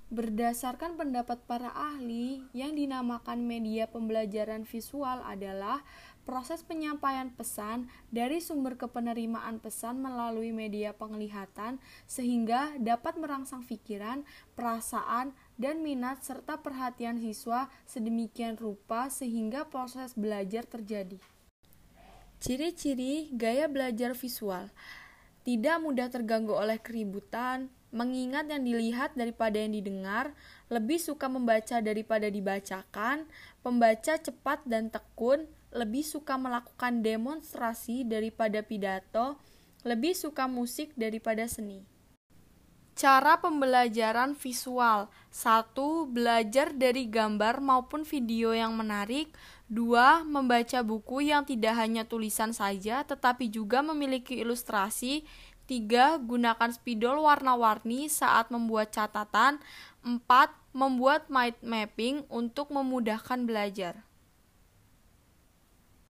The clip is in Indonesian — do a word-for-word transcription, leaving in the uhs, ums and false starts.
Berdasarkan pendapat para ahli, yang dinamakan media pembelajaran visual adalah proses penyampaian pesan dari sumber ke penerimaan pesan melalui media penglihatan sehingga dapat merangsang pikiran, perasaan, dan minat serta perhatian siswa sedemikian rupa sehingga proses belajar terjadi. Ciri-ciri gaya belajar visual: tidak mudah terganggu oleh keributan, mengingat yang dilihat daripada yang didengar, lebih suka membaca daripada dibacakan, pembaca cepat dan tekun, lebih suka melakukan demonstrasi daripada pidato, lebih suka musik daripada seni. Cara pembelajaran visual: satu. Belajar dari gambar maupun video yang menarik. Dua. Membaca buku yang tidak hanya tulisan saja tetapi juga memiliki ilustrasi. Tiga. Gunakan spidol warna-warni saat membuat catatan. Empat. Membuat mind mapping untuk memudahkan belajar.